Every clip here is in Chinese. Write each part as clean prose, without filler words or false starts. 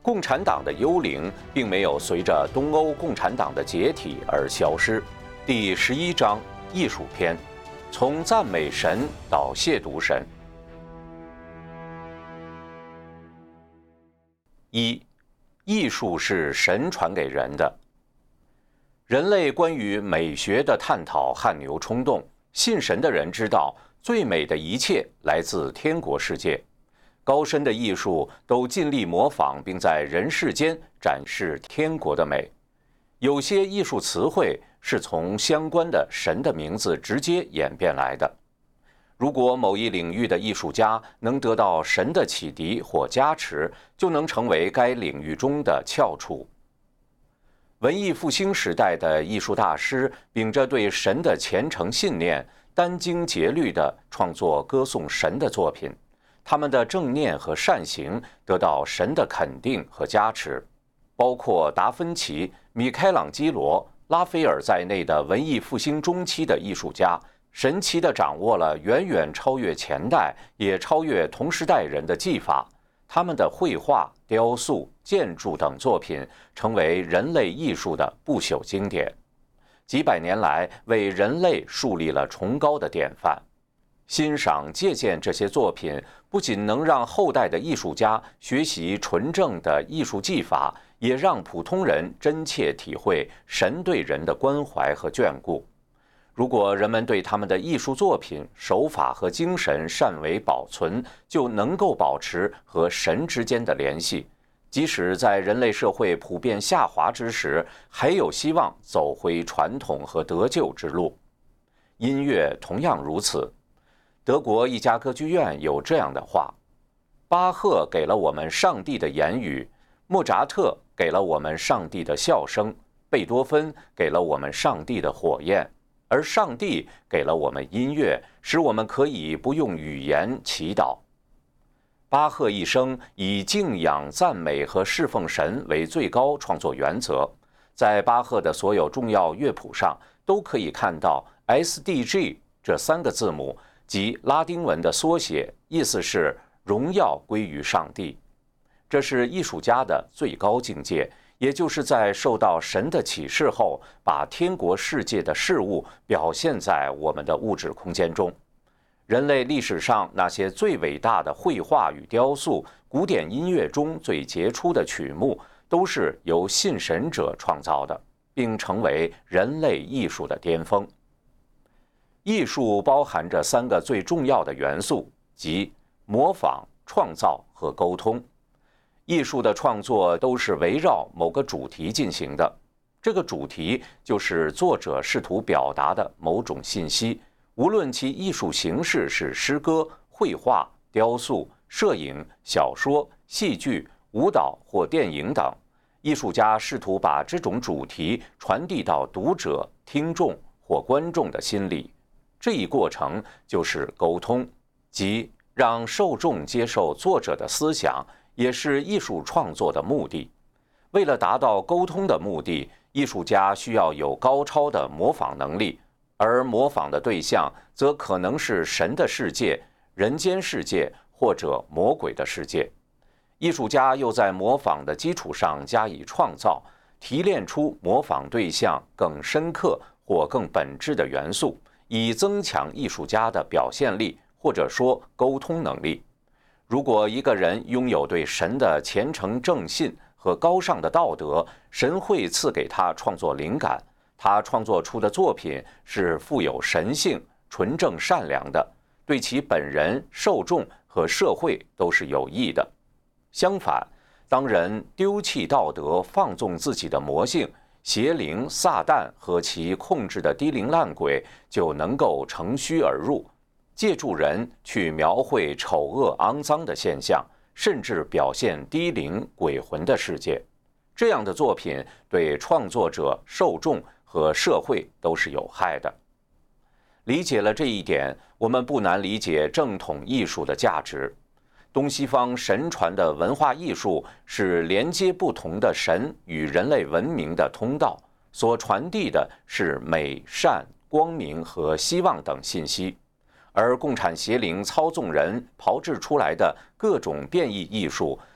共产党的幽灵并没有随着东欧共产党的解体而消失。第11章艺术篇，从赞美神到亵渎神。一，艺术是神传给人的。人类关于美学的探讨汗牛充栋，信神的人知道，最美的一切来自天国世界。高深的艺术都尽力模仿，并在人世间展示天国的美。有些艺术词汇是从相关的神的名字直接演变来的。如果某一领域的艺术家能得到神的启迪或加持，就能成为该领域中的翘楚。文艺复兴时代的艺术大师秉着对神的虔诚信念，殚精竭虑地创作歌颂神的作品。他们的正念和善行得到神的肯定和加持，包括达芬奇、米开朗基罗、拉斐尔在内的文艺复兴中期的艺术家，神奇地掌握了远远超越前代也超越同时代人的技法。他们的绘画、雕塑、建筑等作品成为人类艺术的不朽经典，几百年来为人类树立了崇高的典范。欣赏借鉴这些作品，不仅能让后代的艺术家学习纯正的艺术技法，也让普通人真切体会神对人的关怀和眷顾。如果人们对他们的艺术作品、手法和精神善为保存，就能够保持和神之间的联系，即使在人类社会普遍下滑之时，还有希望走回传统和得救之路。音乐同样如此。德国一家歌剧院有这样的话：巴赫给了我们上帝的言语，莫扎特给了我们上帝的笑声，贝多芬给了我们上帝的火焰，而上帝给了我们音乐，使我们可以不用语言祈祷。巴赫一生以敬仰、赞美和侍奉神为最高创作原则，在巴赫的所有重要乐谱上都可以看到 SDG 这3个字母，即拉丁文的缩写，意思是荣耀归于上帝。这是艺术家的最高境界，也就是在受到神的启示后，把天国世界的事物表现在我们的物质空间中。人类历史上那些最伟大的绘画与雕塑，古典音乐中最杰出的曲目，都是由信神者创造的，并成为人类艺术的巅峰。艺术包含着3个最重要的元素，即模仿、创造和沟通。艺术的创作都是围绕某个主题进行的，这个主题就是作者试图表达的某种信息，无论其艺术形式是诗歌、绘画、雕塑、摄影、小说、戏剧、舞蹈或电影等。艺术家试图把这种主题传递到读者、听众或观众的心里。这一过程就是沟通，即让受众接受作者的思想，也是艺术创作的目的。为了达到沟通的目的，艺术家需要有高超的模仿能力，而模仿的对象则可能是神的世界、人间世界或者魔鬼的世界。艺术家又在模仿的基础上加以创造，提炼出模仿对象更深刻或更本质的元素，以增强艺术家的表现力，或者说沟通能力。如果一个人拥有对神的虔诚正信和高尚的道德，神会赐给他创作灵感，他创作出的作品是富有神性、纯正善良的，对其本人、受众和社会都是有益的。相反，当人丢弃道德，放纵自己的魔性，邪灵、撒旦和其控制的低灵烂鬼就能够乘虚而入，借助人去描绘丑恶肮脏的现象，甚至表现低灵鬼魂的世界。这样的作品对创作者、受众和社会都是有害的。理解了这一点，我们不难理解正统艺术的价值。东西方神传的文化艺术是连接不同的神与人类文明的通道，所传递的是美、善、光明和希望等信息。而共产邪灵操纵人炮制出来的各种变异艺术，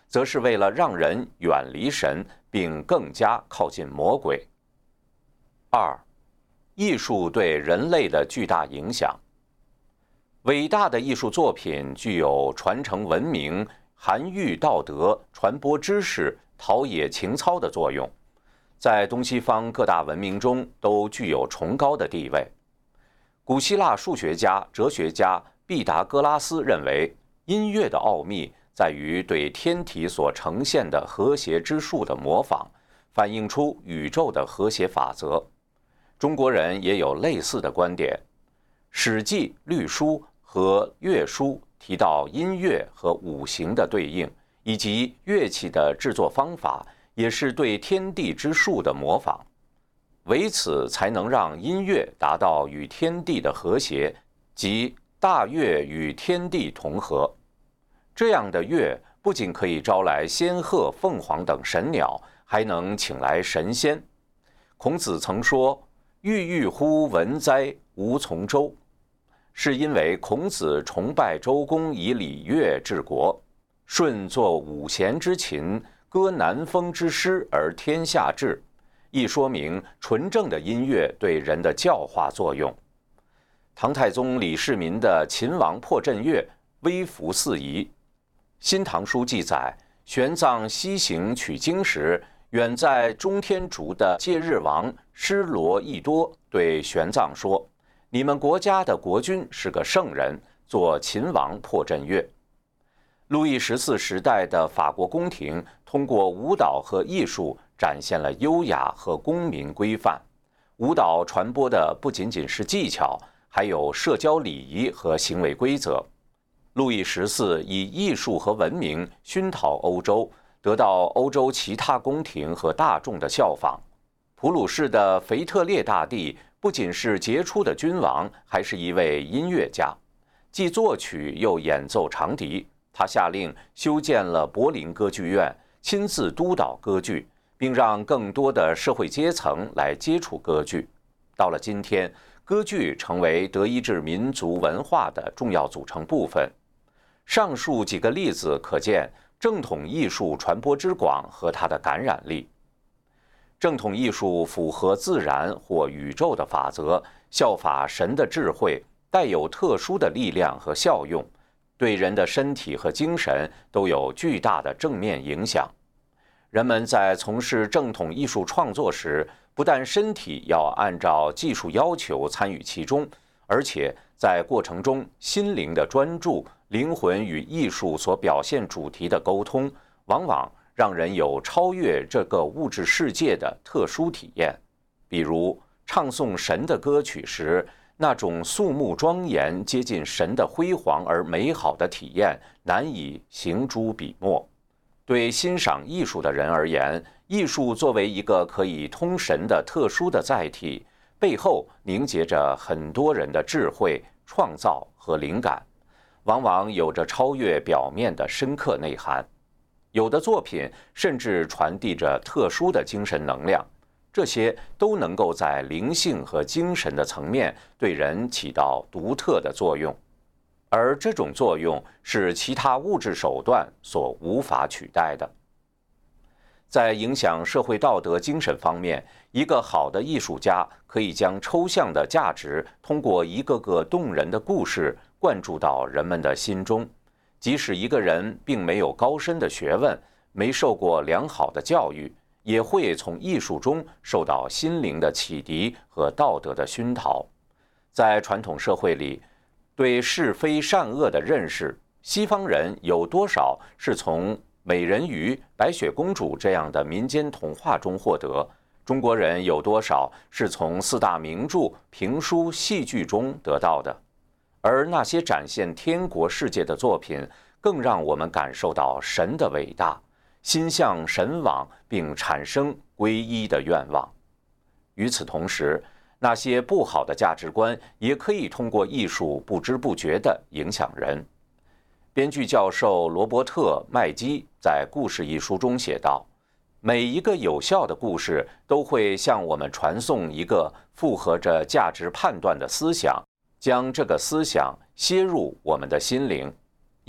则是为了让人远离神，并更加靠近魔鬼。2. 艺术对人类的巨大影响。伟大的艺术作品具有传承文明、涵育道德、传播知识、陶冶情操的作用，在东西方各大文明中都具有崇高的地位。古希腊数学家、哲学家毕达哥拉斯认为，音乐的奥秘在于对天体所呈现的和谐之数的模仿，反映出宇宙的和谐法则。中国人也有类似的观点，《史记》《律书》和《乐书》提到音乐和五行的对应，以及乐器的制作方法也是对天地之数的模仿，为此才能让音乐达到与天地的和谐，即大乐与天地同和。这样的乐不仅可以招来仙鹤、凤凰等神鸟，还能请来神仙。孔子曾说：“郁郁乎文哉，吾从周。”是因为孔子崇拜周公以礼乐治国，舜作五弦之琴，歌南风之诗而天下治，亦说明纯正的音乐对人的教化作用。唐太宗李世民的秦王破阵乐微服四夷。《新唐书》记载，玄奘西行取经时，远在中天竺的戒日王施罗益多对玄奘说：“你们国家的国君是个圣人，做秦王破阵乐。”路易14时代的法国宫廷通过舞蹈和艺术展现了优雅和公民规范。舞蹈传播的不仅仅是技巧，还有社交礼仪和行为规则。路易14以艺术和文明熏陶欧洲，得到欧洲其他宫廷和大众的效仿。普鲁士的腓特烈大帝不仅是杰出的君王，还是一位音乐家，既作曲又演奏长笛。他下令修建了柏林歌剧院，亲自督导歌剧，并让更多的社会阶层来接触歌剧。到了今天，歌剧成为德意志民族文化的重要组成部分。上述几个例子可见正统艺术传播之广和它的感染力。正统艺术符合自然或宇宙的法则，效法神的智慧，带有特殊的力量和效用，对人的身体和精神都有巨大的正面影响。人们在从事正统艺术创作时，不但身体要按照技术要求参与其中，而且在过程中心灵的专注、灵魂与艺术所表现主题的沟通，往往让人有超越这个物质世界的特殊体验。比如唱诵神的歌曲时，那种肃穆庄严、接近神的辉煌而美好的体验，难以行诸笔墨。对欣赏艺术的人而言，艺术作为一个可以通神的特殊的载体，背后凝结着很多人的智慧、创造和灵感，往往有着超越表面的深刻内涵。有的作品甚至传递着特殊的精神能量，这些都能够在灵性和精神的层面对人起到独特的作用，而这种作用是其他物质手段所无法取代的。在影响社会道德精神方面，一个好的艺术家可以将抽象的价值通过一个个动人的故事灌注到人们的心中。即使一个人并没有高深的学问，没受过良好的教育，也会从艺术中受到心灵的启迪和道德的熏陶。在传统社会里，对是非善恶的认识，西方人有多少是从美人鱼、白雪公主这样的民间童话中获得？中国人有多少是从4大名著、评书、戏剧中得到的？而那些展现天国世界的作品，更让我们感受到神的伟大，心向神往，并产生皈依的愿望。与此同时，那些不好的价值观也可以通过艺术不知不觉地影响人。编剧教授罗伯特·麦基在《故事》一书中写道：“每一个有效的故事都会向我们传送一个符合着价值判断的思想，将这个思想吸入我们的心灵。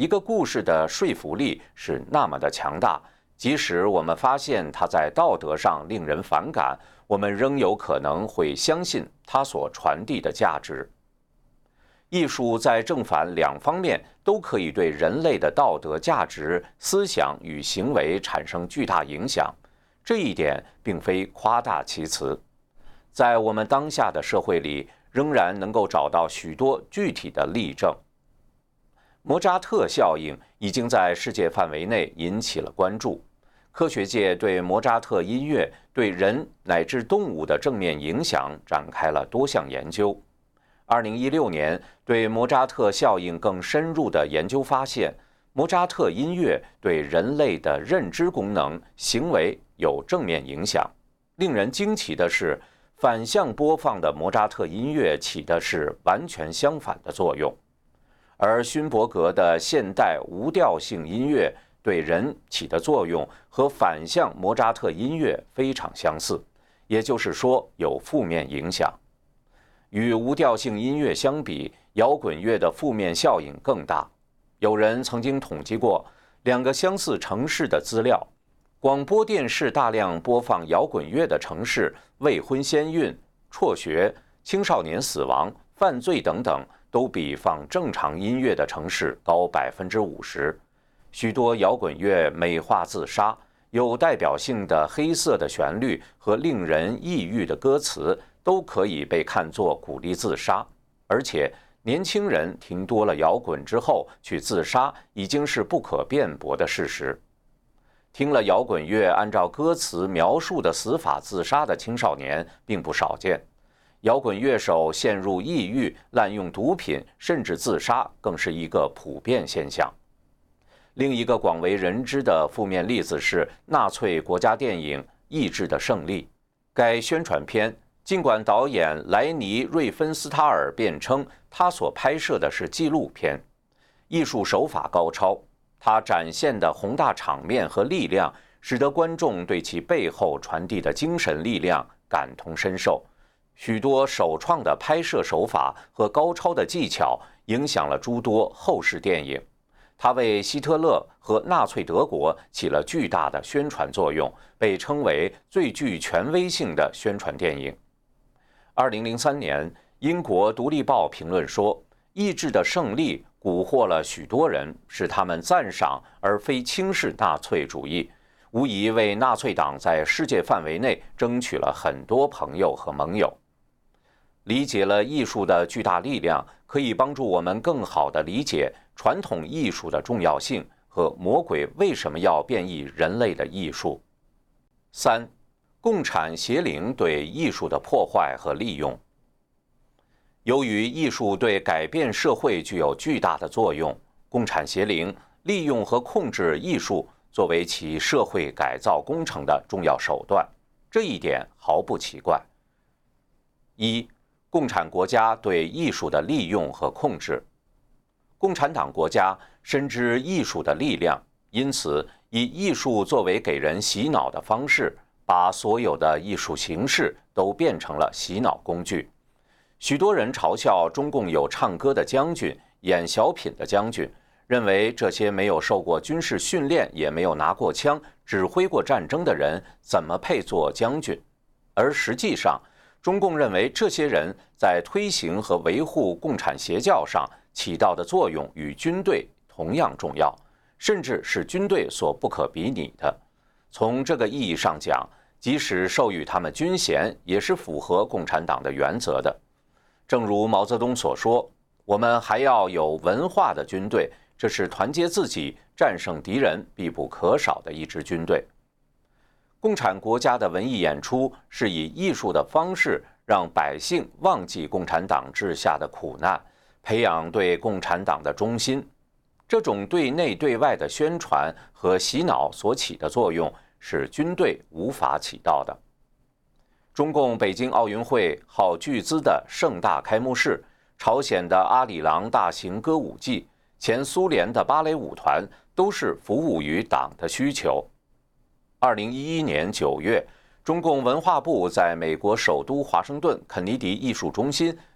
一个故事的说服力是那么的强大，即使我们发现它在道德上令人反感，我们仍有可能会相信它所传递的价值。艺术在正反两方面都可以对人类的道德价值、思想与行为产生巨大影响，这一点并非夸大其词。在我们当下的社会里，仍然能够找到许多具体的例证。莫扎特效应已经在世界范围内引起了关注，科学界对莫扎特音乐对人乃至动物的正面影响展开了多项研究。2016年，对莫扎特效应更深入的研究发现，莫扎特音乐对人类的认知功能、行为有正面影响。令人惊奇的是，反向播放的莫扎特音乐起的是完全相反的作用，而勋伯格的现代无调性音乐对人起的作用和反向莫扎特音乐非常相似，也就是说有负面影响。与无调性音乐相比，摇滚乐的负面效应更大。有人曾经统计过2个相似城市的资料，广播电视大量播放摇滚乐的城市，未婚先孕、辍学、青少年死亡、犯罪等等，都比放正常音乐的城市高50%。许多摇滚乐美化自杀，有代表性的黑色的旋律和令人抑郁的歌词都可以被看作鼓励自杀，而且年轻人听多了摇滚之后去自杀已经是不可辩驳的事实。听了摇滚乐按照歌词描述的死法自杀的青少年并不少见，摇滚乐手陷入抑郁、滥用毒品甚至自杀更是一个普遍现象。另一个广为人知的负面例子是纳粹国家电影《意志的胜利》。该宣传片尽管导演莱尼·瑞芬斯塔尔辩称他所拍摄的是纪录片，艺术手法高超，他展现的宏大场面和力量使得观众对其背后传递的精神力量感同身受。许多首创的拍摄手法和高超的技巧影响了诸多后世电影，它为希特勒和纳粹德国起了巨大的宣传作用，被称为最具权威性的宣传电影。2003年，英国《独立报》评论说，《意志的胜利》蛊惑了许多人，使他们赞赏而非轻视纳粹主义，无疑为纳粹党在世界范围内争取了很多朋友和盟友。理解了艺术的巨大力量，可以帮助我们更好地理解传统艺术的重要性和魔鬼为什么要变异人类的艺术。3. 共产邪灵对艺术的破坏和利用。由于艺术对改变社会具有巨大的作用，共产邪灵利用和控制艺术作为其社会改造工程的重要手段，这一点毫不奇怪。1. 共产国家对艺术的利用和控制。共产党国家深知艺术的力量，因此以艺术作为给人洗脑的方式，把所有的艺术形式都变成了洗脑工具。许多人嘲笑中共有唱歌的将军、演小品的将军，认为这些没有受过军事训练，也没有拿过枪、指挥过战争的人怎么配做将军？而实际上，中共认为这些人在推行和维护共产邪教上起到的作用与军队同样重要，甚至是军队所不可比拟的。从这个意义上讲，即使授予他们军衔，也是符合共产党的原则的。正如毛泽东所说，我们还要有文化的军队，这是团结自己、战胜敌人必不可少的一支军队。共产国家的文艺演出是以艺术的方式让百姓忘记共产党治下的苦难，培养对共产党的忠心。这种对内对外的宣传和洗脑所起的作用是军队无法起到的。中共北京奥运会耗巨资的盛大开幕式，朝鲜的阿里郎大型歌舞伎，前苏联的芭蕾舞团，都是服务于党的需求。2011年9月，中共文化部在美国首都华盛顿肯尼迪艺术中心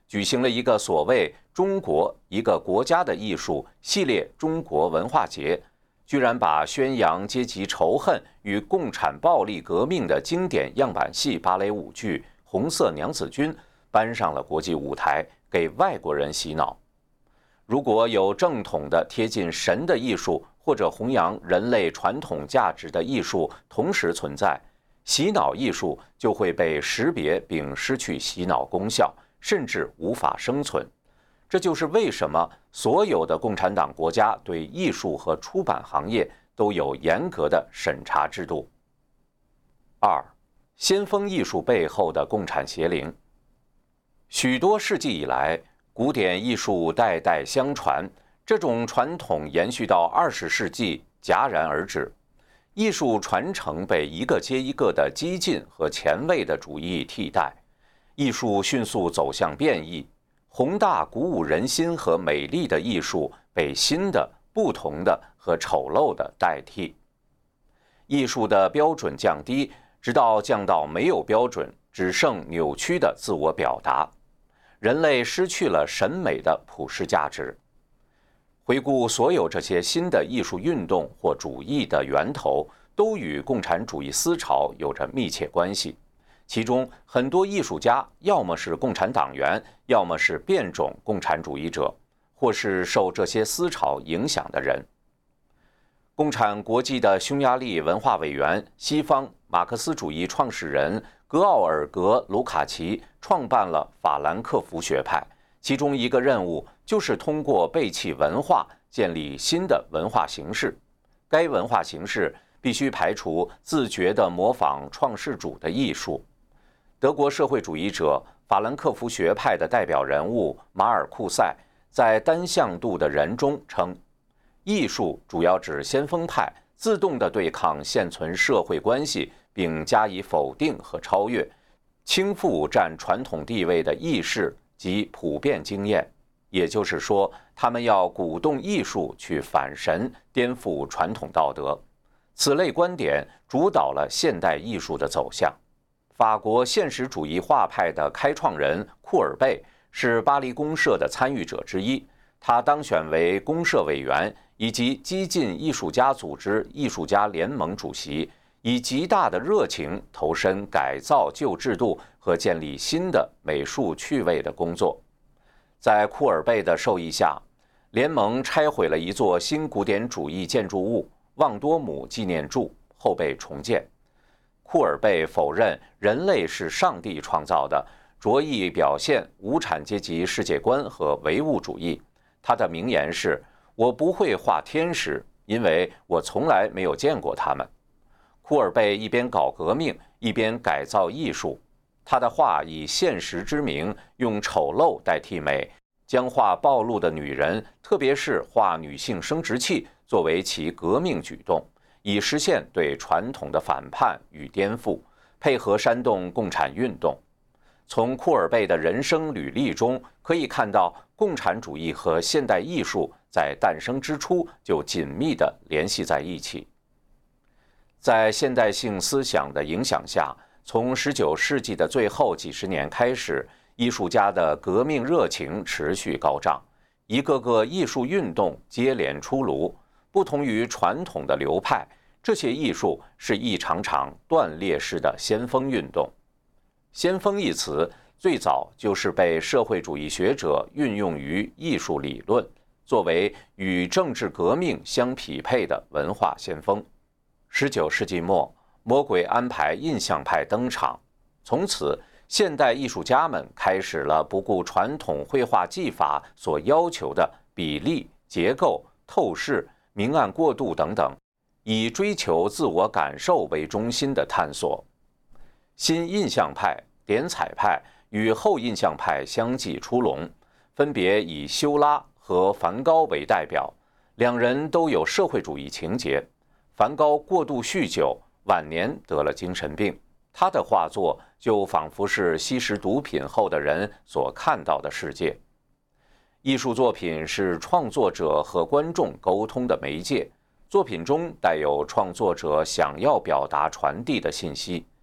举行了一个所谓“中国一个国家的艺术”系列中国文化节，居然把宣扬阶级仇恨与共产暴力革命的经典样板戏芭蕾舞剧《红色娘子军》搬上了国际舞台，给外国人洗脑。如果有正统的贴近神的艺术，或者弘扬人类传统价值的艺术同时存在，洗脑艺术就会被识别并失去洗脑功效，甚至无法生存。这就是为什么所有的共产党国家对艺术和出版行业都有严格的审查制度。2. 先锋艺术背后的共产邪灵。许多世纪以来，古典艺术代代相传，这种传统延续到20世纪戛然而止。艺术传承被一个接一个的激进和前卫的主义替代，艺术迅速走向变异，宏大鼓舞人心和美丽的艺术被新的、不同的和丑陋的代替。艺术的标准降低，直到降到没有标准，只剩扭曲的自我表达。人类失去了审美的普世价值。回顾所有这些新的艺术运动或主义的源头，都与共产主义思潮有着密切关系。其中很多艺术家要么是共产党员，要么是变种共产主义者，或是受这些思潮影响的人。共产国际的匈牙利文化委员、西方马克思主义创始人格奥尔格·卢卡奇创办了法兰克福学派，其中一个任务就是通过背弃文化建立新的文化形式。该文化形式必须排除自觉地模仿创世主的艺术。德国社会主义者法兰克福学派的代表人物马尔库塞在《单向度的人》中称，艺术主要指先锋派自动地对抗现存社会关系，并加以否定和超越，倾覆占传统地位的意识及普遍经验。也就是说，他们要鼓动艺术去反神，颠覆传统道德。此类观点主导了现代艺术的走向。法国现实主义画派的开创人库尔贝是巴黎公社的参与者之一，他当选为公社委员以及激进艺术家组织艺术家联盟主席，以极大的热情投身改造旧制度和建立新的美术趣味的工作。在库尔贝的授意下，联盟拆毁了一座新古典主义建筑物旺多姆纪念柱，后被重建。库尔贝否认人类是上帝创造的，着意表现无产阶级世界观和唯物主义。他的名言是：“我不会画天使，因为我从来没有见过他们。”库尔贝一边搞革命，一边改造艺术。他的画以现实之名，用丑陋代替美，将画暴露的女人，特别是画女性生殖器，作为其革命举动，以实现对传统的反叛与颠覆，配合煽动共产运动。从库尔贝的人生履历中可以看到，共产主义和现代艺术在诞生之初就紧密地联系在一起。在现代性思想的影响下，从19世纪的最后几十年开始，艺术家的革命热情持续高涨，一个个艺术运动接连出炉。不同于传统的流派，这些艺术是一场场断裂式的先锋运动。先锋一词最早就是被社会主义学者运用于艺术理论，作为与政治革命相匹配的文化先锋。19世纪末，魔鬼安排印象派登场，从此现代艺术家们开始了不顾传统绘画技法所要求的比例、结构、透视、明暗过渡等等，以追求自我感受为中心的探索。新印象派、点彩派与后印象派相继出笼，分别以修拉和梵高为代表，两人都有社会主义情节。梵高过度酗酒，晚年得了精神病，他的画作就仿佛是吸食毒品后的人所看到的世界。艺术作品是创作者和观众沟通的媒介，作品中带有创作者想要表达传递的信息。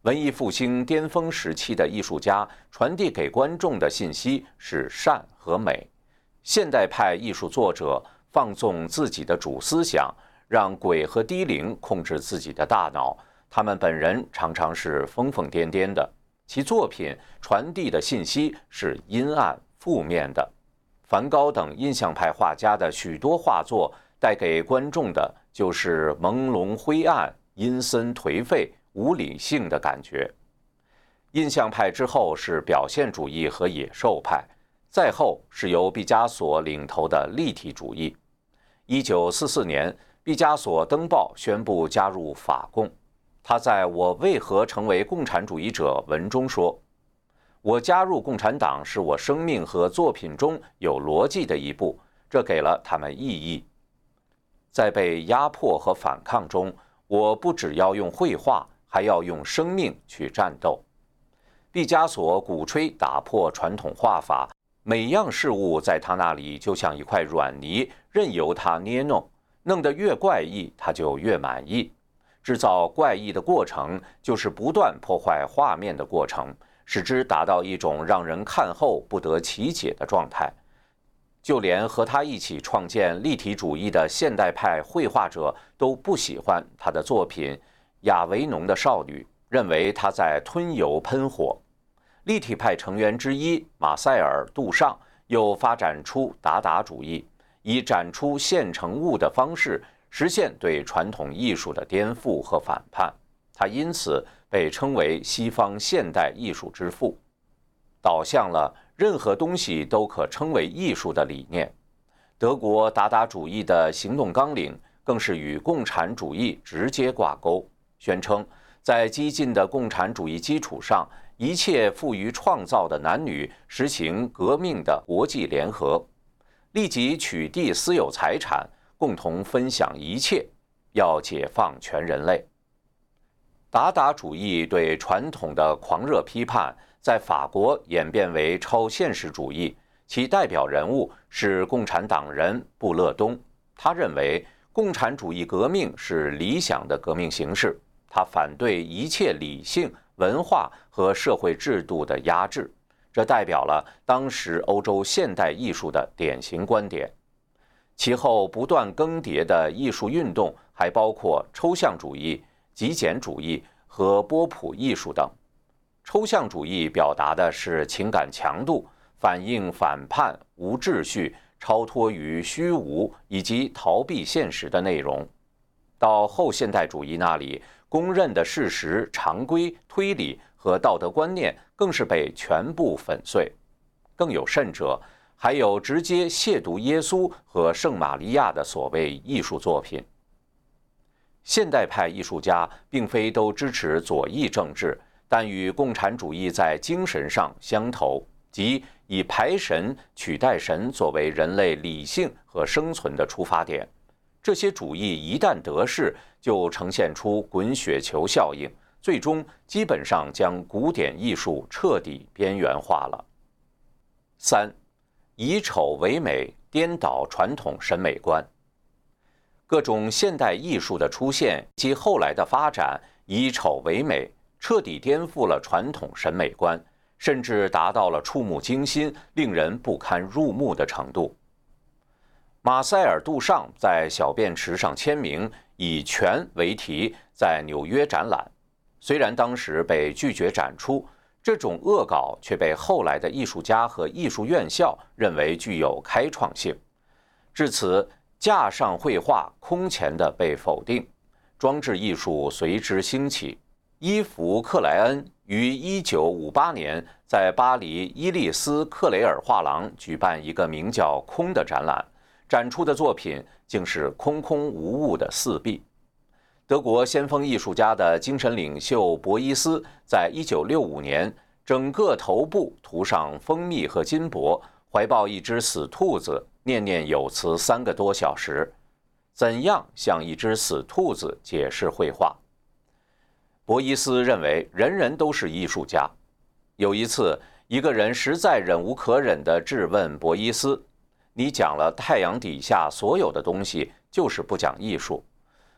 文艺复兴巅峰时期的艺术家传递给观众的信息是善和美，现代派艺术作者放纵自己的主思想，让鬼和低灵控制自己的大脑，他们本人常常是疯疯癫癫的，其作品传递的信息是阴暗负面的。梵高等印象派画家的许多画作带给观众的就是朦胧灰暗、阴森颓废、无理性的感觉。印象派之后是表现主义和野兽派，再后是由毕加索领头的立体主义。1944年，毕加索登报宣布加入法共。他在《我为何成为共产主义者》文中说：“我加入共产党是我生命和作品中有逻辑的一步，这给了他们意义。在被压迫和反抗中，我不只要用绘画，还要用生命去战斗。”毕加索鼓吹打破传统画法，每样事物在他那里就像一块软泥，任由他捏弄，弄得越怪异，他就越满意。制造怪异的过程，就是不断破坏画面的过程，使之达到一种让人看后不得其解的状态。就连和他一起创建立体主义的现代派绘画者都不喜欢他的作品《亚维农的少女》，认为他在吞油喷火。立体派成员之一马塞尔·杜尚又发展出达达主义，以展出现成物的方式实现对传统艺术的颠覆和反叛。他因此被称为西方现代艺术之父，导向了任何东西都可称为艺术的理念。德国达达主义的行动纲领更是与共产主义直接挂钩，宣称在激进的共产主义基础上，一切富于创造的男女实行革命的国际联合，立即取缔私有财产，共同分享一切，要解放全人类。达达主义对传统的狂热批判，在法国演变为超现实主义，其代表人物是共产党人布勒东。他认为共产主义革命是理想的革命形式，他反对一切理性、文化和社会制度的压制，这代表了当时欧洲现代艺术的典型观点。其后不断更迭的艺术运动还包括抽象主义、极简主义和波普艺术等。抽象主义表达的是情感强度，反映反叛、无秩序、超脱于虚无以及逃避现实的内容。到后现代主义那里，公认的事实、常规、推理和道德观念更是被全部粉碎。更有甚者，还有直接亵渎耶稣和圣玛利亚的所谓艺术作品。现代派艺术家并非都支持左翼政治，但与共产主义在精神上相投，即以排神取代神作为人类理性和生存的出发点。这些主义一旦得势，就呈现出滚雪球效应，最终基本上将古典艺术彻底边缘化了。3. 以丑为美，颠倒传统审美观。各种现代艺术的出现及后来的发展，以丑为美，彻底颠覆了传统审美观，甚至达到了触目惊心、令人不堪入目的程度。马塞尔·杜尚在小便池上签名，以权为题，在纽约展览。虽然当时被拒绝展出，这种恶搞却被后来的艺术家和艺术院校认为具有开创性。至此，架上绘画空前地被否定，装置艺术随之兴起。伊弗·克莱恩于1958年在巴黎伊利斯克雷尔画廊举办一个名叫《空》的展览，展出的作品竟是空空无物的四壁。德国先锋艺术家的精神领袖博伊斯在1965年整个头部涂上蜂蜜和金箔，怀抱一只死兔子，念念有词3个多小时。怎样向一只死兔子解释绘画？博伊斯认为人人都是艺术家。有一次，一个人实在忍无可忍地质问博伊斯：“你讲了太阳底下所有的东西，就是不讲艺术。”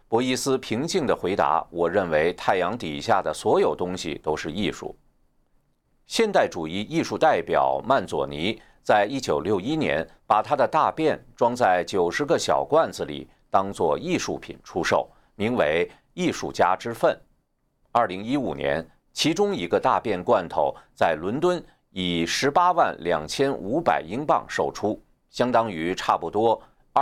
博伊斯平静地回答：“我认为太阳底下的所有东西都是艺术。”现代主义艺术代表曼佐尼在1961年把他的大便装在90个小罐子里，当作艺术品出售，名为“艺术家之粪”。2015年，其中一个大便罐头在伦敦以18.25万英镑售出，相当于差不多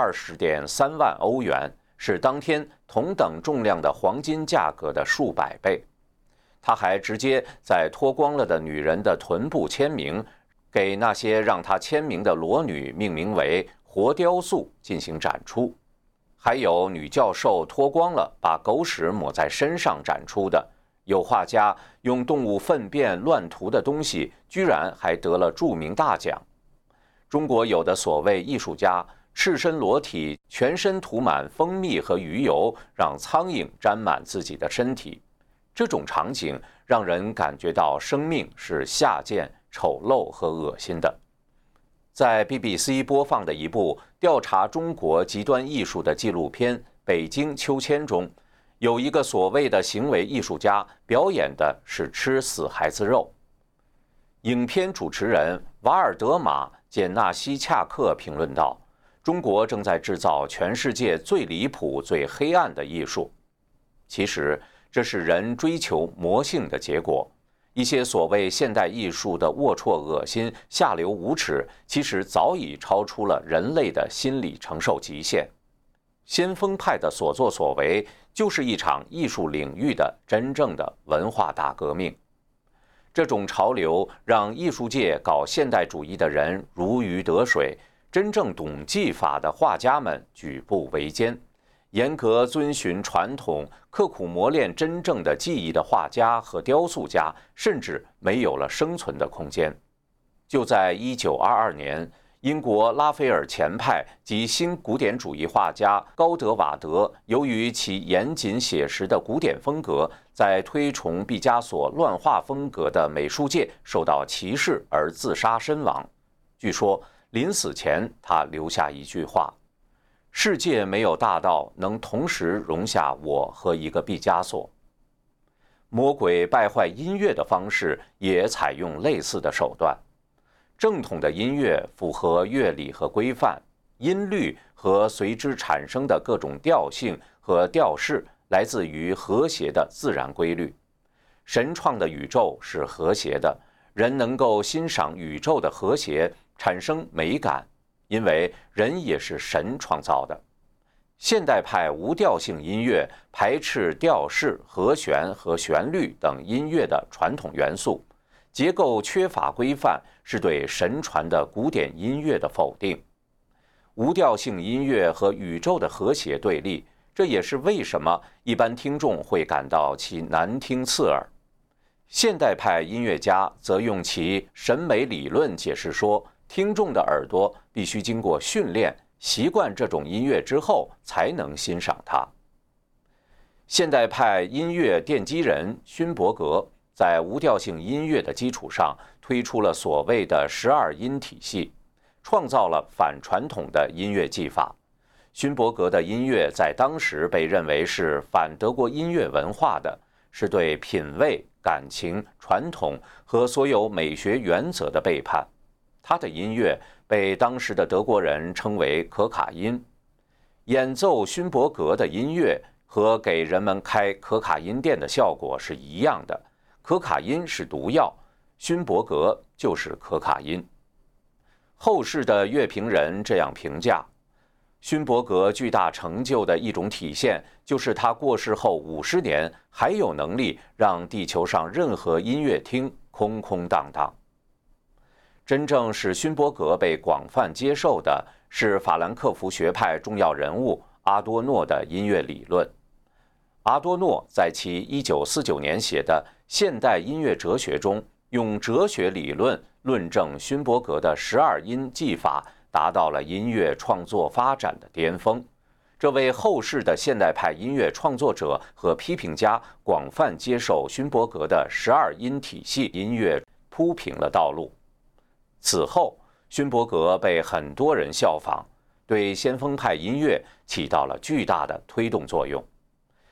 20.3万欧元，是当天同等重量的黄金价格的数百倍。他还直接在脱光了的女人的臀部签名，给那些让他签名的裸女命名为“活雕塑”进行展出。还有女教授脱光了把狗屎抹在身上展出的，有画家用动物粪便乱涂的东西居然还得了著名大奖。中国有的所谓艺术家赤身裸体，全身涂满蜂蜜和鱼油，让苍蝇沾满自己的身体。这种场景让人感觉到生命是下贱、丑陋和恶心的。在 BBC 播放的一部调查中国极端艺术的纪录片《北京秋千》中，有一个所谓的行为艺术家表演的是吃死孩子肉。影片主持人瓦尔德马·简纳西恰克评论道：“中国正在制造全世界最离谱、最黑暗的艺术。”其实，这是人追求魔性的结果。一些所谓现代艺术的龌龊、恶心、下流、无耻，其实早已超出了人类的心理承受极限。先锋派的所作所为，就是一场艺术领域的真正的文化大革命。这种潮流让艺术界搞现代主义的人如鱼得水，真正懂技法的画家们举步维艰。严格遵循传统、刻苦磨练真正的技艺的画家和雕塑家，甚至没有了生存的空间。就在1922年，英国拉斐尔前派及新古典主义画家高德瓦德，由于其严谨写实的古典风格，在推崇毕加索乱画风格的美术界受到歧视而自杀身亡。据说临死前他留下一句话：“世界没有大到能同时容下我和一个毕加索。”魔鬼败坏音乐的方式也采用类似的手段。正统的音乐符合乐理和规范，音律和随之产生的各种调性和调式来自于和谐的自然规律。神创的宇宙是和谐的，人能够欣赏宇宙的和谐，产生美感。因为人也是神创造的。现代派无调性音乐排斥调式、和弦和旋律等音乐的传统元素，结构缺乏规范，是对神传的古典音乐的否定。无调性音乐和宇宙的和谐对立，这也是为什么一般听众会感到其难听刺耳。现代派音乐家则用其审美理论解释说，听众的耳朵必须经过训练，习惯这种音乐之后才能欣赏它。现代派音乐奠基人勋伯格在无调性音乐的基础上推出了所谓的12音体系，创造了反传统的音乐技法。勋伯格的音乐在当时被认为是反德国音乐文化的，是对品味、感情、传统和所有美学原则的背叛。他的音乐被当时的德国人称为可卡因。演奏勋伯格的音乐和给人们开可卡因店的效果是一样的，可卡因是毒药，勋伯格就是可卡因。后世的乐评人这样评价：勋伯格巨大成就的一种体现，就是他过世后50年还有能力让地球上任何音乐厅空空荡荡。真正使勋伯格被广泛接受的是法兰克福学派重要人物阿多诺的音乐理论。阿多诺在其1949年写的《现代音乐哲学》中，用哲学理论论证勋伯格的12音技法，达到了音乐创作发展的巅峰。这为后世的现代派音乐创作者和批评家广泛接受勋伯格的12音体系音乐铺平了道路。此后，勋伯格被很多人效仿，对先锋派音乐起到了巨大的推动作用。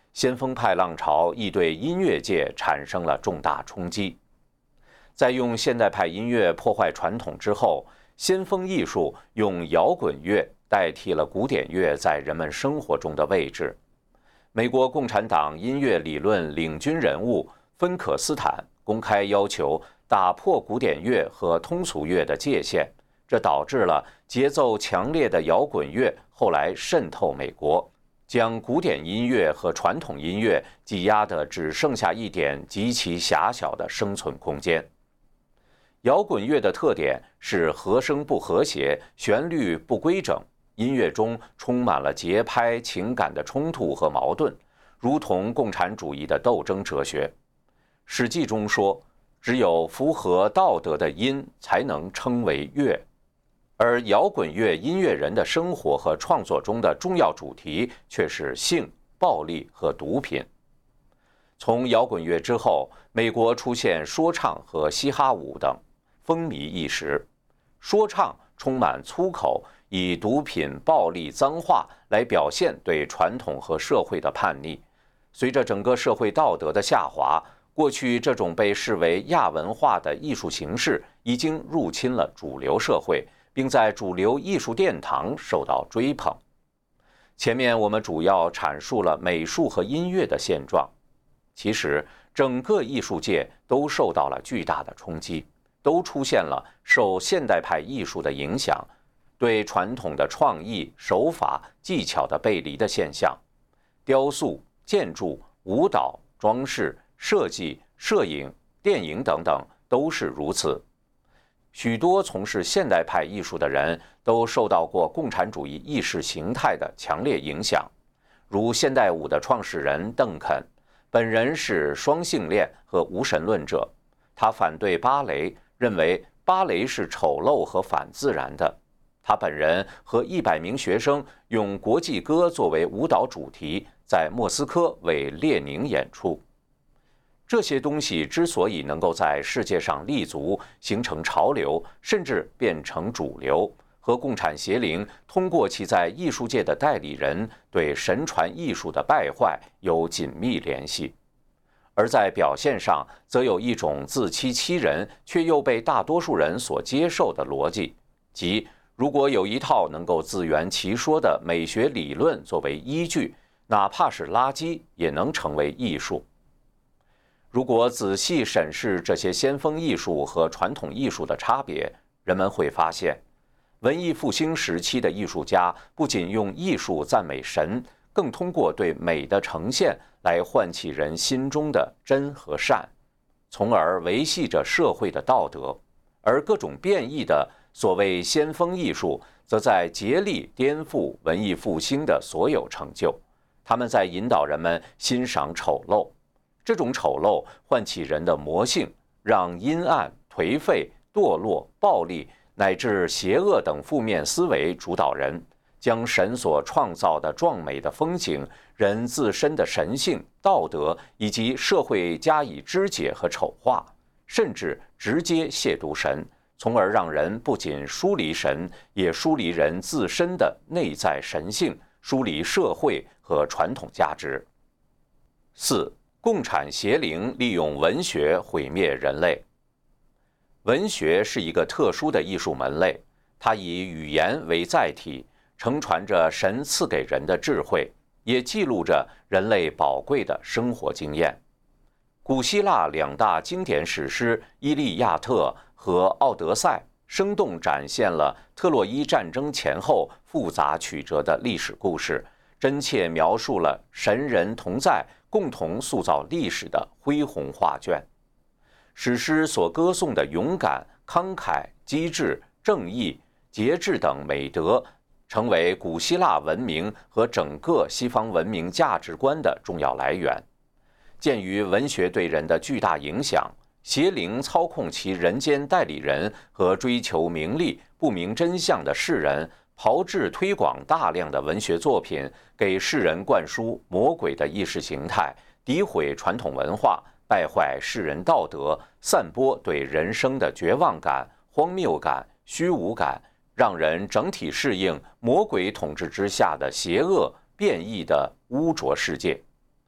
先锋派浪潮亦对音乐界产生了重大冲击。在用现代派音乐破坏传统之后，先锋艺术用摇滚乐代替了古典乐在人们生活中的位置。美国共产党音乐理论领军人物芬可斯坦公开要求打破古典乐和通俗乐的界限，这导致了节奏强烈的摇滚乐后来渗透美国，将古典音乐和传统音乐挤压得只剩下一点极其狭小的生存空间。摇滚乐的特点是和声不和谐，旋律不规整，音乐中充满了节拍、情感的冲突和矛盾，如同共产主义的斗争哲学。《史记》中说，只有符合道德的音才能称为乐。而摇滚乐音乐人的生活和创作中的重要主题却是性、暴力和毒品。从摇滚乐之后，美国出现说唱和嘻哈舞等，风靡一时。说唱充满粗口，以毒品、暴力、脏话来表现对传统和社会的叛逆。随着整个社会道德的下滑，过去这种被视为亚文化的艺术形式已经入侵了主流社会，并在主流艺术殿堂受到追捧。前面我们主要阐述了美术和音乐的现状，其实整个艺术界都受到了巨大的冲击，都出现了受现代派艺术的影响，对传统的创意、手法、技巧的背离的现象。雕塑、建筑、舞蹈、装饰、设计、摄影、电影等等都是如此。许多从事现代派艺术的人都受到过共产主义意识形态的强烈影响，如现代舞的创始人邓肯，本人是双性恋和无神论者，他反对芭蕾，认为芭蕾是丑陋和反自然的。他本人和100名学生用国际歌作为舞蹈主题，在莫斯科为列宁演出。这些东西之所以能够在世界上立足，形成潮流，甚至变成主流，和共产邪灵通过其在艺术界的代理人对神传艺术的败坏有紧密联系。而在表现上，则有一种自欺欺人却又被大多数人所接受的逻辑，即如果有一套能够自圆其说的美学理论作为依据，哪怕是垃圾也能成为艺术。如果仔细审视这些先锋艺术和传统艺术的差别，人们会发现，文艺复兴时期的艺术家不仅用艺术赞美神，更通过对美的呈现来唤起人心中的真和善，从而维系着社会的道德。而各种变异的所谓先锋艺术，则在竭力颠覆文艺复兴的所有成就。他们在引导人们欣赏丑陋，这种丑陋唤起人的魔性，让阴暗、颓废、堕落、暴力乃至邪恶等负面思维主导人，将神所创造的壮美的风景、人自身的神性、道德以及社会加以肢解和丑化，甚至直接亵渎神，从而让人不仅疏离神，也疏离人自身的内在神性，疏离社会和传统价值。4. 共产邪灵利用文学毁灭人类。文学是一个特殊的艺术门类，它以语言为载体，承传着神赐给人的智慧，也记录着人类宝贵的生活经验。古希腊2大经典史诗《伊利亚特》和《奥德赛》生动展现了特洛伊战争前后复杂曲折的历史故事，真切描述了神人同在，共同塑造历史的恢宏画卷。史诗所歌颂的勇敢、慷慨、机智、正义、节制等美德，成为古希腊文明和整个西方文明价值观的重要来源。鉴于文学对人的巨大影响，邪灵操控其人间代理人和追求名利、不明真相的世人，炮制推广大量的文学作品，给世人灌输魔鬼的意识形态，诋毁传统文化，败坏世人道德，散播对人生的绝望感、荒谬感、虚无感，让人整体适应魔鬼统治之下的邪恶变异的污浊世界。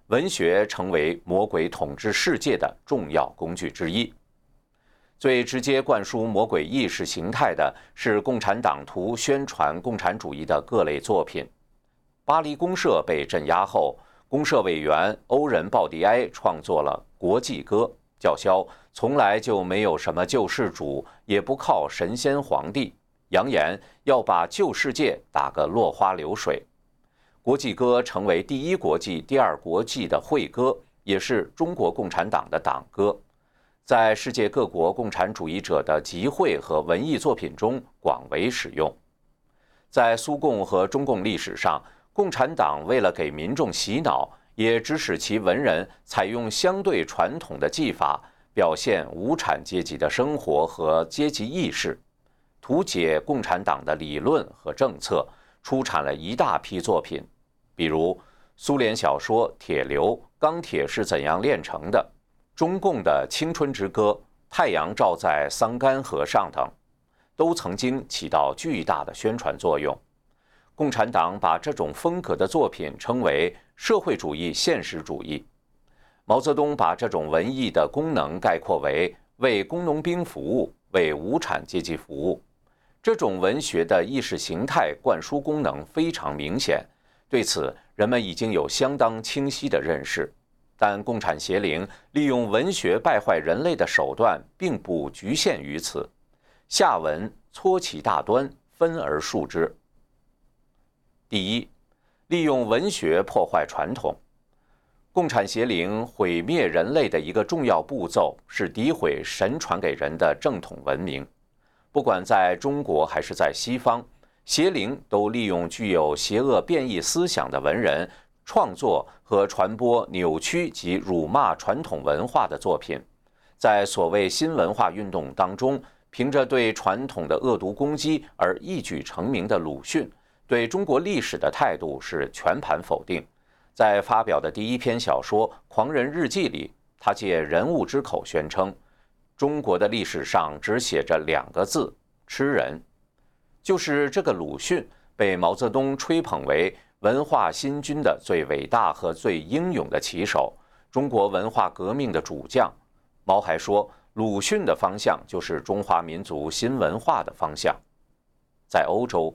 文学成为魔鬼统治世界的重要工具之一。最直接灌输魔鬼意识形态的是共产党徒宣传共产主义的各类作品。巴黎公社被镇压后，公社委员欧仁·鲍迪埃创作了《国际歌》，叫嚣从来就没有什么救世主，也不靠神仙皇帝，扬言要把旧世界打个落花流水。国际歌成为第一国际、第二国际的会歌，也是中国共产党的党歌，在世界各国共产主义者的集会和文艺作品中广为使用。在苏共和中共历史上，共产党为了给民众洗脑，也指使其文人采用相对传统的技法，表现无产阶级的生活和阶级意识，图解共产党的理论和政策，出产了一大批作品，比如苏联小说《铁流》《钢铁是怎样炼成的》，中共的《青春之歌》《太阳照在桑干河上》等，都曾经起到巨大的宣传作用。共产党把这种风格的作品称为社会主义现实主义。毛泽东把这种文艺的功能概括为为工农兵服务，为无产阶级服务。这种文学的意识形态灌输功能非常明显，对此人们已经有相当清晰的认识。但共产邪灵利用文学败坏人类的手段并不局限于此。下文撮其大端，分而述之。第一，利用文学破坏传统。共产邪灵毁灭人类的一个重要步骤是诋毁神传给人的正统文明。不管在中国还是在西方，邪灵都利用具有邪恶变异思想的文人创作和传播扭曲及辱骂传统文化的作品。在所谓新文化运动当中，凭着对传统的恶毒攻击而一举成名的鲁迅，对中国历史的态度是全盘否定。在发表的第一篇小说《狂人日记》里，他借人物之口宣称，中国的历史上只写着2个字：吃人。就是这个鲁迅被毛泽东吹捧为文化新军的最伟大和最英勇的旗手，中国文化革命的主将。毛还说，鲁迅的方向就是中华民族新文化的方向。在欧洲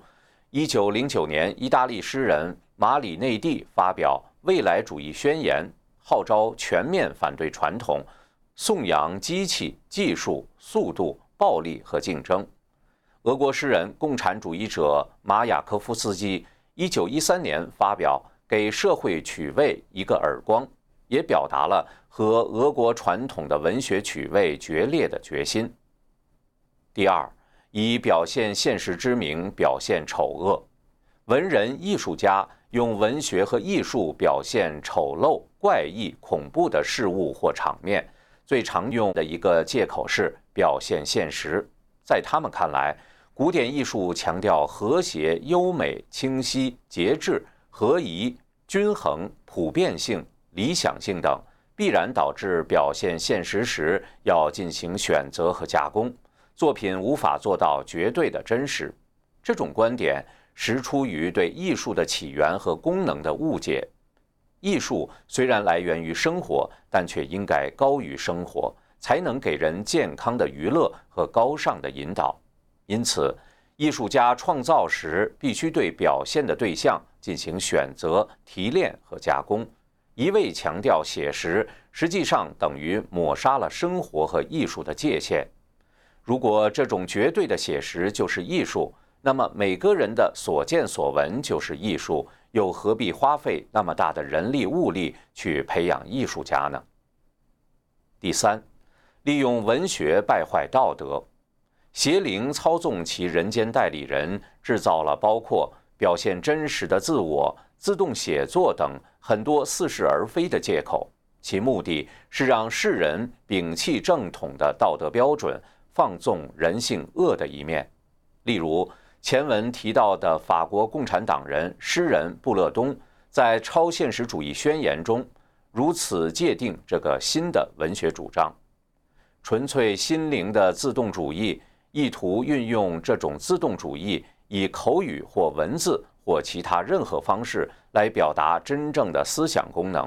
，1909年，意大利诗人马里内蒂发表未来主义宣言，号召全面反对传统，颂扬机器、技术、速度、暴力和竞争。俄国诗人、共产主义者马雅科夫斯基1913年发表《给社会趣味一个耳光》，也表达了和俄国传统的文学趣味决裂的决心。第二，以表现现实之名表现丑恶。文人艺术家用文学和艺术表现丑陋、怪异、恐怖的事物或场面，最常用的一个借口是表现现实。在他们看来，古典艺术强调和谐、优美、清晰、节制、合宜、均衡、普遍性、理想性等，必然导致表现现实时要进行选择和加工，作品无法做到绝对的真实。这种观点实出于对艺术的起源和功能的误解。艺术虽然来源于生活，但却应该高于生活，才能给人健康的娱乐和高尚的引导。因此，艺术家创造时必须对表现的对象进行选择、提炼和加工。一味强调写实，实际上等于抹杀了生活和艺术的界限。如果这种绝对的写实就是艺术，那么每个人的所见所闻就是艺术，又何必花费那么大的人力物力去培养艺术家呢？第三，利用文学败坏道德。邪灵操纵其人间代理人，制造了包括表现真实的自我、自动写作等很多似是而非的借口，其目的是让世人摒弃正统的道德标准，放纵人性恶的一面。例如前文提到的法国共产党人、诗人布勒东在《超现实主义宣言》中如此界定这个新的文学主张：纯粹心灵的自动主义，意图运用这种自动主义，以口语或文字或其他任何方式来表达真正的思想功能，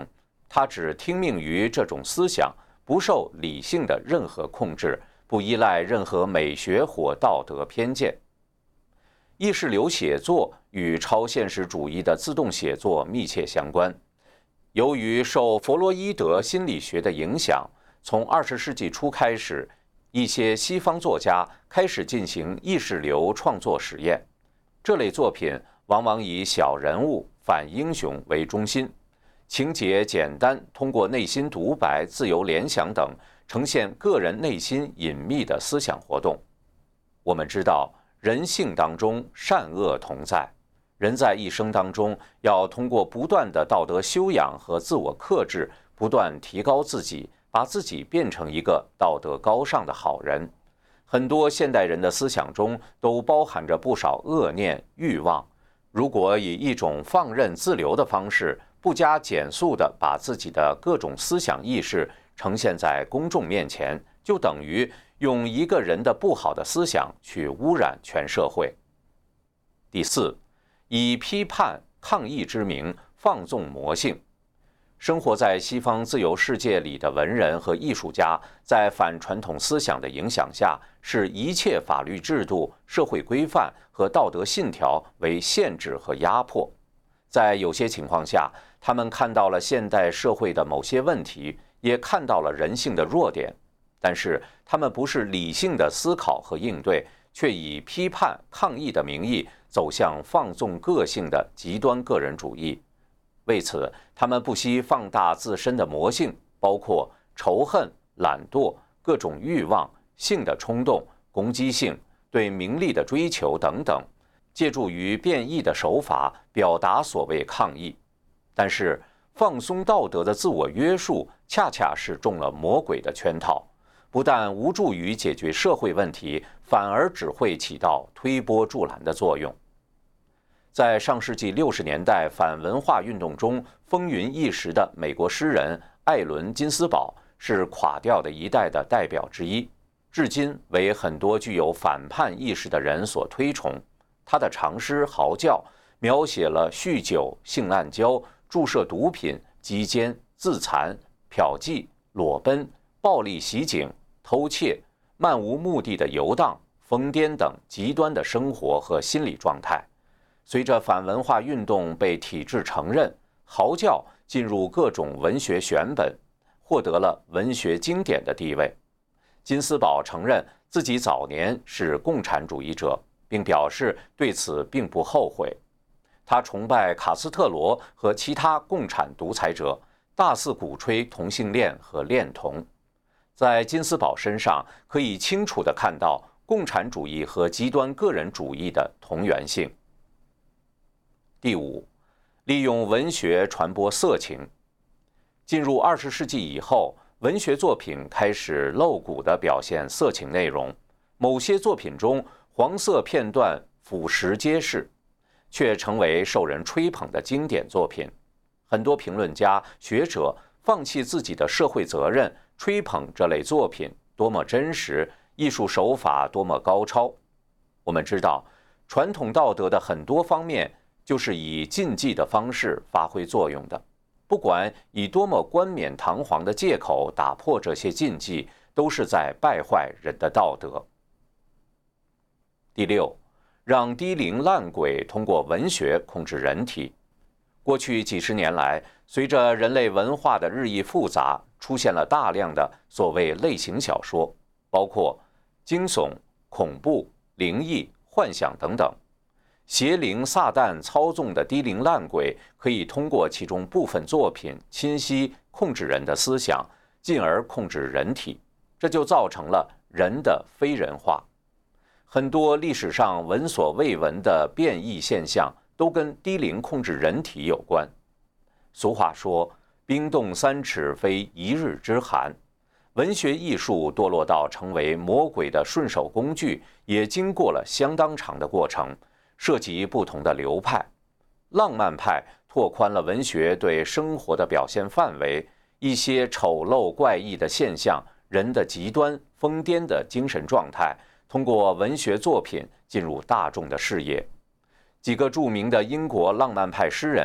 他只听命于这种思想，不受理性的任何控制，不依赖任何美学或道德偏见。意识流写作与超现实主义的自动写作密切相关。由于受弗洛伊德心理学的影响，从20世纪初开始，一些西方作家开始进行意识流创作实验。这类作品往往以小人物、反英雄为中心，情节简单，通过内心独白、自由联想等，呈现个人内心隐秘的思想活动。我们知道，人性当中善恶同在，人在一生当中要通过不断的道德修养和自我克制，不断提高自己，把自己变成一个道德高尚的好人。很多现代人的思想中都包含着不少恶念、欲望。如果以一种放任自流的方式，不加减速地把自己的各种思想意识呈现在公众面前，就等于用一个人的不好的思想去污染全社会。第四，以批判抗议之名放纵魔性。生活在西方自由世界里的文人和艺术家，在反传统思想的影响下，视一切法律制度、社会规范和道德信条为限制和压迫。在有些情况下，他们看到了现代社会的某些问题，也看到了人性的弱点，但是他们不是理性的思考和应对，却以批判抗议的名义走向放纵个性的极端个人主义。为此，他们不惜放大自身的魔性，包括仇恨、懒惰、各种欲望、性的冲动、攻击性、对名利的追求等等，借助于变异的手法表达所谓抗议。但是，放松道德的自我约束，恰恰是中了魔鬼的圈套，不但无助于解决社会问题，反而只会起到推波助澜的作用。在上世纪60年代反文化运动中风云一时的美国诗人艾伦·金斯堡是垮掉的一代的代表之一，至今为很多具有反叛意识的人所推崇。他的长诗《嚎叫》描写了酗酒、性滥交、注射毒品、击奸、自残、嫖妓、裸奔、暴力袭警、偷窃、漫无目的的游荡、疯癫等极端的生活和心理状态。随着反文化运动被体制承认，嚎叫进入各种文学选本，获得了文学经典的地位。金斯堡承认自己早年是共产主义者，并表示对此并不后悔。他崇拜卡斯特罗和其他共产独裁者，大肆鼓吹同性恋和恋童。在金斯堡身上可以清楚地看到共产主义和极端个人主义的同源性。第五，利用文学传播色情。进入20世纪以后，文学作品开始露骨地表现色情内容，某些作品中黄色片段俯拾皆是，却成为受人吹捧的经典作品。很多评论家、学者放弃自己的社会责任，吹捧这类作品多么真实，艺术手法多么高超。我们知道，传统道德的很多方面就是以禁忌的方式发挥作用的，不管以多么冠冕堂皇的借口打破这些禁忌，都是在败坏人的道德。第六，让低龄烂鬼通过文学控制人体。过去几十年来，随着人类文化的日益复杂，出现了大量的所谓类型小说，包括惊悚、恐怖、灵异、幻想等等。邪灵撒旦操纵的低龄烂鬼可以通过其中部分作品侵袭控制人的思想，进而控制人体，这就造成了人的非人化。很多历史上闻所未闻的变异现象都跟低龄控制人体有关。俗话说，冰冻3尺非一日之寒。文学艺术堕落到成为魔鬼的顺手工具，也经过了相当长的过程，涉及不同的流派。浪漫派拓宽了文学对生活的表现范围，一些丑陋怪异的现象，人的极端疯癫的精神状态，通过文学作品进入大众的视野。几个著名的英国浪漫派诗人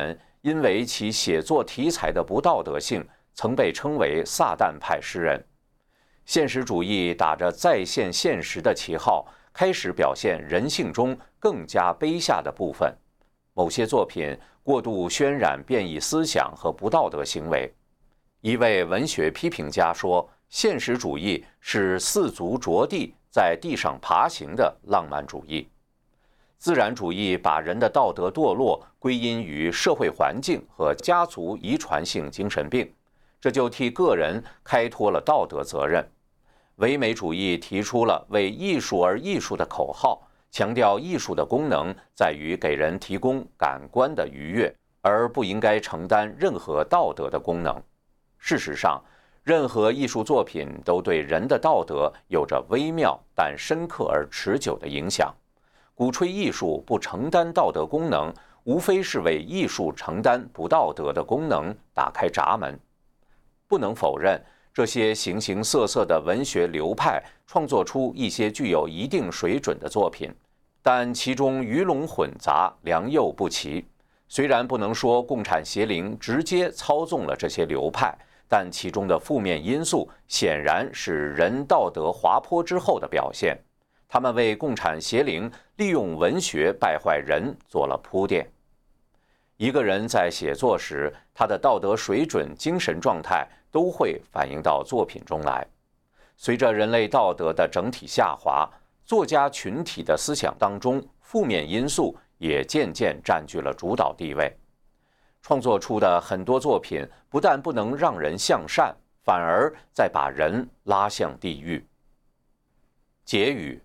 因为其写作题材的不道德性，曾被称为撒旦派诗人。现实主义打着再现现实的旗号，开始表现人性中更加卑下的部分。某些作品过度渲染变异思想和不道德行为。一位文学批评家说，现实主义是四足着地在地上爬行的浪漫主义。自然主义把人的道德堕落归因于社会环境和家族遗传性精神病，这就替个人开脱了道德责任。唯美主义提出了为艺术而艺术的口号，强调艺术的功能在于给人提供感官的愉悦，而不应该承担任何道德的功能。事实上，任何艺术作品都对人的道德有着微妙但深刻而持久的影响。鼓吹艺术不承担道德功能，无非是为艺术承担不道德的功能打开闸门。不能否认，这些形形色色的文学流派创作出一些具有一定水准的作品，但其中鱼龙混杂，良莠不齐。虽然不能说共产邪灵直接操纵了这些流派，但其中的负面因素显然是人道德滑坡之后的表现。他们为共产邪灵利用文学败坏人做了铺垫。一个人在写作时，他的道德水准、精神状态都会反映到作品中来。随着人类道德的整体下滑，作家群体的思想当中，负面因素也渐渐占据了主导地位。创作出的很多作品不但不能让人向善，反而在把人拉向地狱。结语：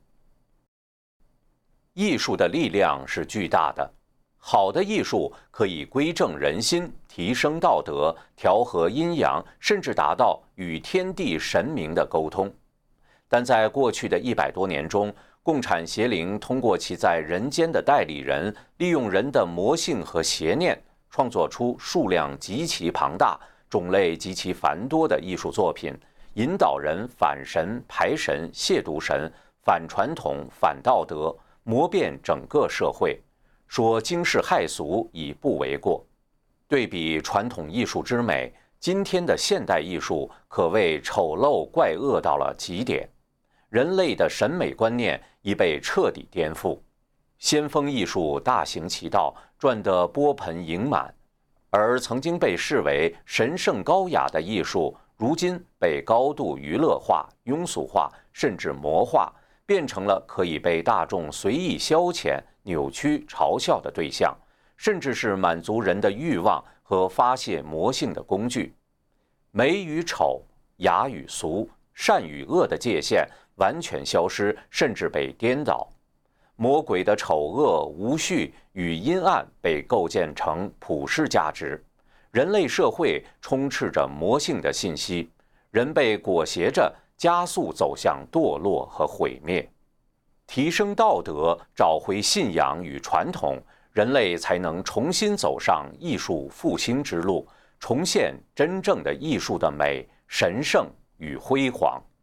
艺术的力量是巨大的，好的艺术可以归正人心，提升道德，调和阴阳，甚至达到与天地神明的沟通。但在过去的100多年中，共产邪灵通过其在人间的代理人，利用人的魔性和邪念，创作出数量极其庞大、种类极其繁多的艺术作品，引导人反神、排神、亵渎神、反传统、反道德，磨遍整个社会，说惊世骇俗已不为过。对比传统艺术之美，今天的现代艺术可谓丑陋怪恶到了极点，人类的审美观念已被彻底颠覆。先锋艺术大行其道，赚得波盆盈满，而曾经被视为神圣高雅的艺术，如今被高度娱乐化、庸俗化，甚至魔化，变成了可以被大众随意消遣、扭曲、嘲笑的对象，甚至是满足人的欲望和发泄魔性的工具。美与丑、雅与俗、善与恶的界限完全消失，甚至被颠倒。魔鬼的丑恶、无序与阴暗被构建成普世价值，人类社会充斥着魔性的信息，人被裹挟着加速走向堕落和毁灭。提升道德，找回信仰与传统，人类才能重新走上艺术复兴之路，重现真正的艺术的美、神圣与辉煌。